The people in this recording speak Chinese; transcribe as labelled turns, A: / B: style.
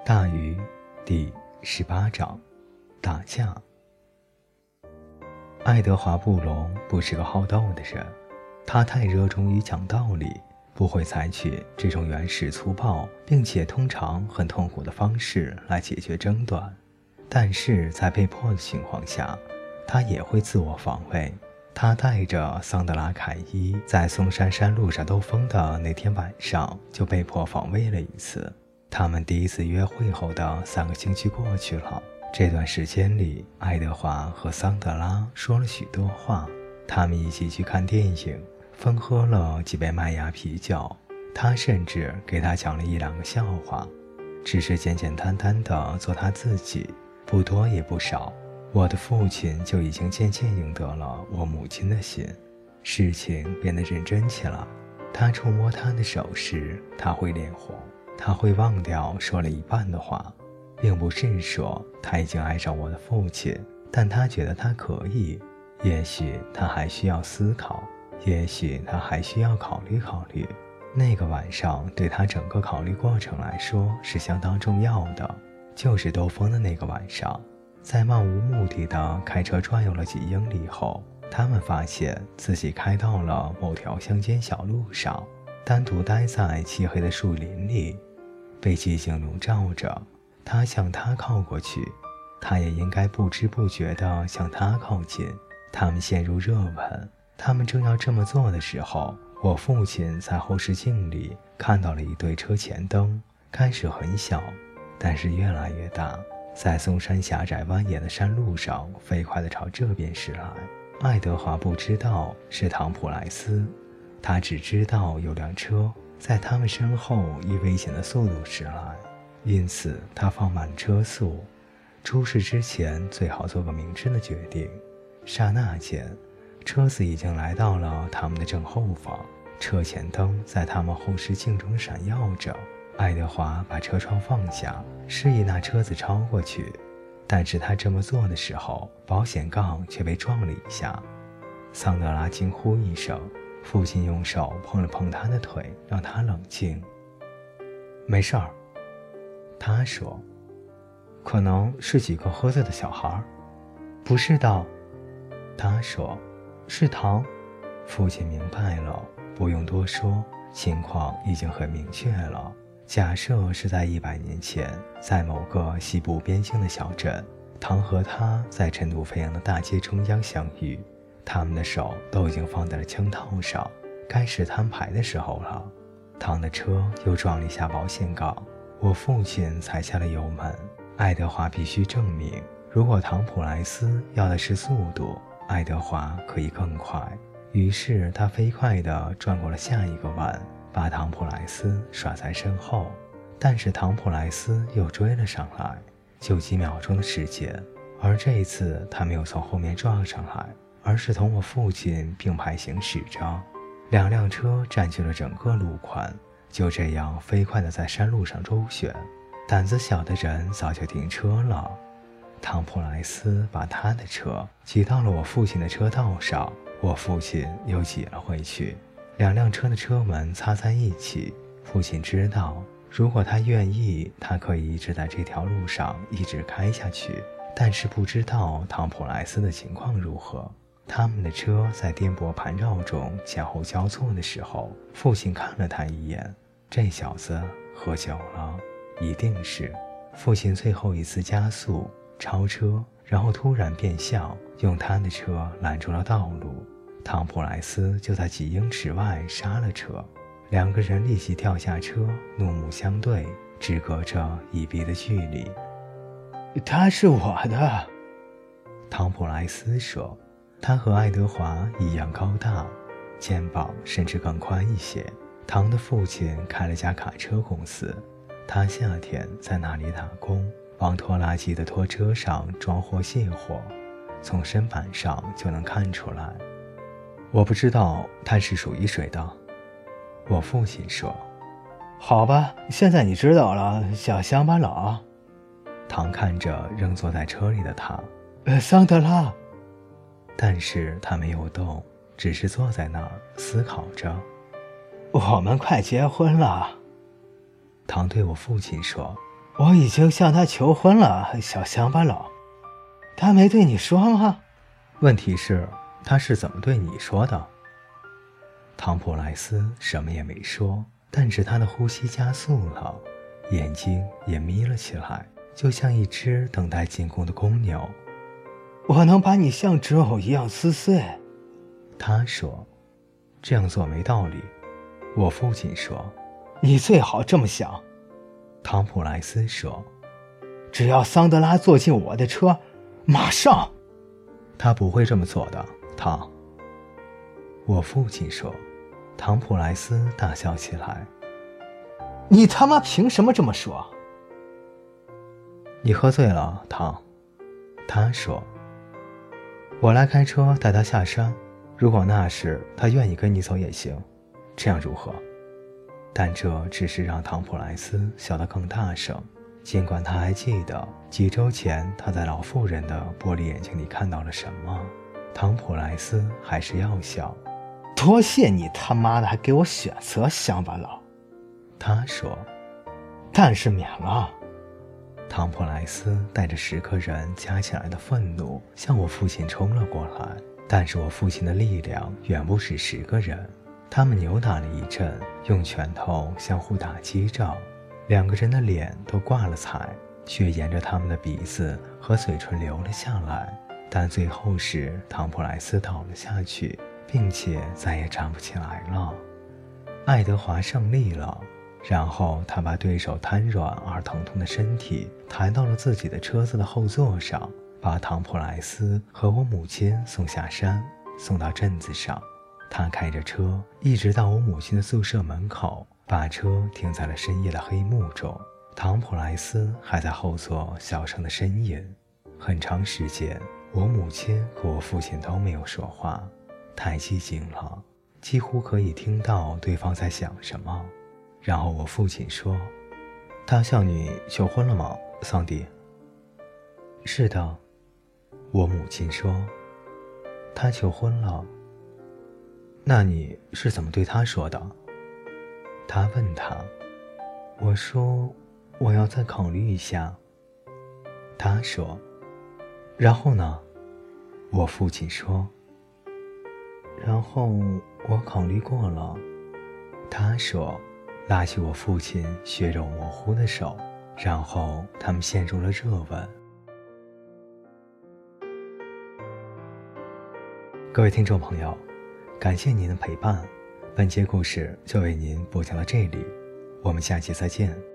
A: 大鱼第18章打架。爱德华·布隆不是个好斗的人，他太热衷于讲道理，不会采取这种原始粗暴并且通常很痛苦的方式来解决争端。但是在被迫的情况下，他也会自我防卫。他带着桑德拉·凯伊在松山山路上兜风的那天晚上就被迫防卫了一次。他们第一次约会后的3个星期过去了，这段时间里，爱德华和桑德拉说了许多话。他们一起去看电影，分喝了几杯麦芽啤酒。他甚至给他讲了1、2个笑话，只是简简单单的做他自己，不多也不少。我的父亲就已经渐渐赢得了我母亲的心，事情变得认真起来。他触摸她的手时，他会脸红，他会忘掉说了一半的话，并不是说他已经爱上我的父亲，但他觉得他可以。也许他还需要思考，也许他还需要考虑考虑。那个晚上对他整个考虑过程来说是相当重要的，就是兜风的那个晚上。在漫无目的的开车转悠了几英里后，他们发现自己开到了某条乡间小路上，单独待在漆黑的树林里，被寂静笼罩着。他向他靠过去，他也应该不知不觉地向他靠近。他们陷入热吻。他们正要这么做的时候，我父亲在后视镜里看到了一对车前灯，开始很小，但是越来越大，在松山狭窄蜿蜒的山路上飞快地朝这边驶来。爱德华不知道是唐普莱斯，他只知道有辆车在他们身后以危险的速度驶来，因此他放慢车速。出事之前最好做个明智的决定。刹那间，车子已经来到了他们的正后方，车前灯在他们后视镜中闪耀着。爱德华把车窗放下，示意那车子超过去，但是他这么做的时候，保险杠却被撞了一下。桑德拉惊呼一声，父亲用手碰了碰他的腿，让他冷静。没事儿，他说，可能是几个喝醉的小孩。不是的，他说，是糖。父亲明白了，不用多说，情况已经很明确了。假设是在100年前，在某个西部边境的小镇，唐和他在尘土飞扬的大街中央相遇，他们的手都已经放在了枪套上，该是摊牌的时候了。唐的车又撞了一下保险杠，我父亲踩下了油门。爱德华必须证明，如果唐普莱斯要的是速度，爱德华可以更快。于是他飞快地转过了下一个弯，把唐普莱斯甩在身后。但是唐普莱斯又追了上来，就几秒钟的时间。而这一次他没有从后面撞上来，而是同我父亲并排行驶着。2辆车占据了整个路宽，就这样飞快地在山路上周旋。胆子小的人早就停车了。唐普莱斯把他的车挤到了我父亲的车道上，我父亲又挤了回去。2辆车的车门擦在一起。父亲知道，如果他愿意，他可以一直在这条路上一直开下去，但是不知道唐普莱斯的情况如何。他们的车在颠簸盘绕中前后交错的时候，父亲看了他一眼，这小子喝酒了，一定是。父亲最后一次加速超车，然后突然变向，用他的车拦住了道路。唐普莱斯就在几英尺外刹了车，2个人立即跳下车，怒目相对，只隔着1臂的距离。他是我的，唐普莱斯说。他和爱德华一样高大，肩膀甚至更宽一些。唐的父亲开了家卡车公司，他夏天在那里打工，往拖拉机的拖车上装货卸货，从身板上就能看出来。我不知道他是属于谁的，我父亲说。好吧，现在你知道了，小乡巴佬。唐看着仍坐在车里的他，桑德拉。但是他没有动，只是坐在那儿思考着。我们快结婚了，唐对我父亲说。
B: 我已经向他求婚了，小乡巴佬。他没对你说吗？
A: 问题是，他是怎么对你说的？唐普莱斯什么也没说，但是他的呼吸加速了，眼睛也眯了起来，就像一只等待进攻的公牛。
B: 我能把你像纸偶一样撕碎，
A: 他说。这样做没道理，我父亲说。
B: 你最好这么想，
A: 唐普莱斯说。
B: 只要桑德拉坐进我的车，马上。
A: 他不会这么做的，唐。我父亲说。唐普莱斯大笑起来。
B: 你他妈凭什么这么说？
A: 你喝醉了，唐。他说。我来开车带他下山，如果那时他愿意跟你走也行，这样如何？但这只是让唐普莱斯笑得更大声，尽管他还记得几周前他在老妇人的玻璃眼睛里看到了什么。唐普莱斯还是要笑。
B: 多谢你他妈的还给我选择，乡巴佬，
A: 他说。
B: 但是免了。
A: 唐普莱斯带着10个人加起来的愤怒向我父亲冲了过来，但是我父亲的力量远不止10个人，他们扭打了一阵，用拳头相互打击着，2个人的脸都挂了彩，血沿着他们的鼻子和嘴唇流了下来，但最后是唐普莱斯倒了下去，并且再也站不起来了。爱德华胜利了，然后他把对手瘫软而疼痛的身体抬到了自己的车子的后座上，把唐普莱斯和我母亲送下山，送到镇子上。他开着车一直到我母亲的宿舍门口，把车停在了深夜的黑幕中。唐普莱斯还在后座小声的呻吟。很长时间，我母亲和我父亲都没有说话，太寂静了，几乎可以听到对方在想什么。然后我父亲说：“他向你求婚了吗，桑迪？”“是的。”我母亲说，“他求婚了。”“那你是怎么对他说的？”他问他。我说：“我要再考虑一下。”他说。“然后呢？”我父亲说。“然后我考虑过了。”他说，拉起我父亲血肉模糊的手，然后他们陷入了热吻。各位听众朋友，感谢您的陪伴，本节故事就为您播讲到这里，我们下期再见。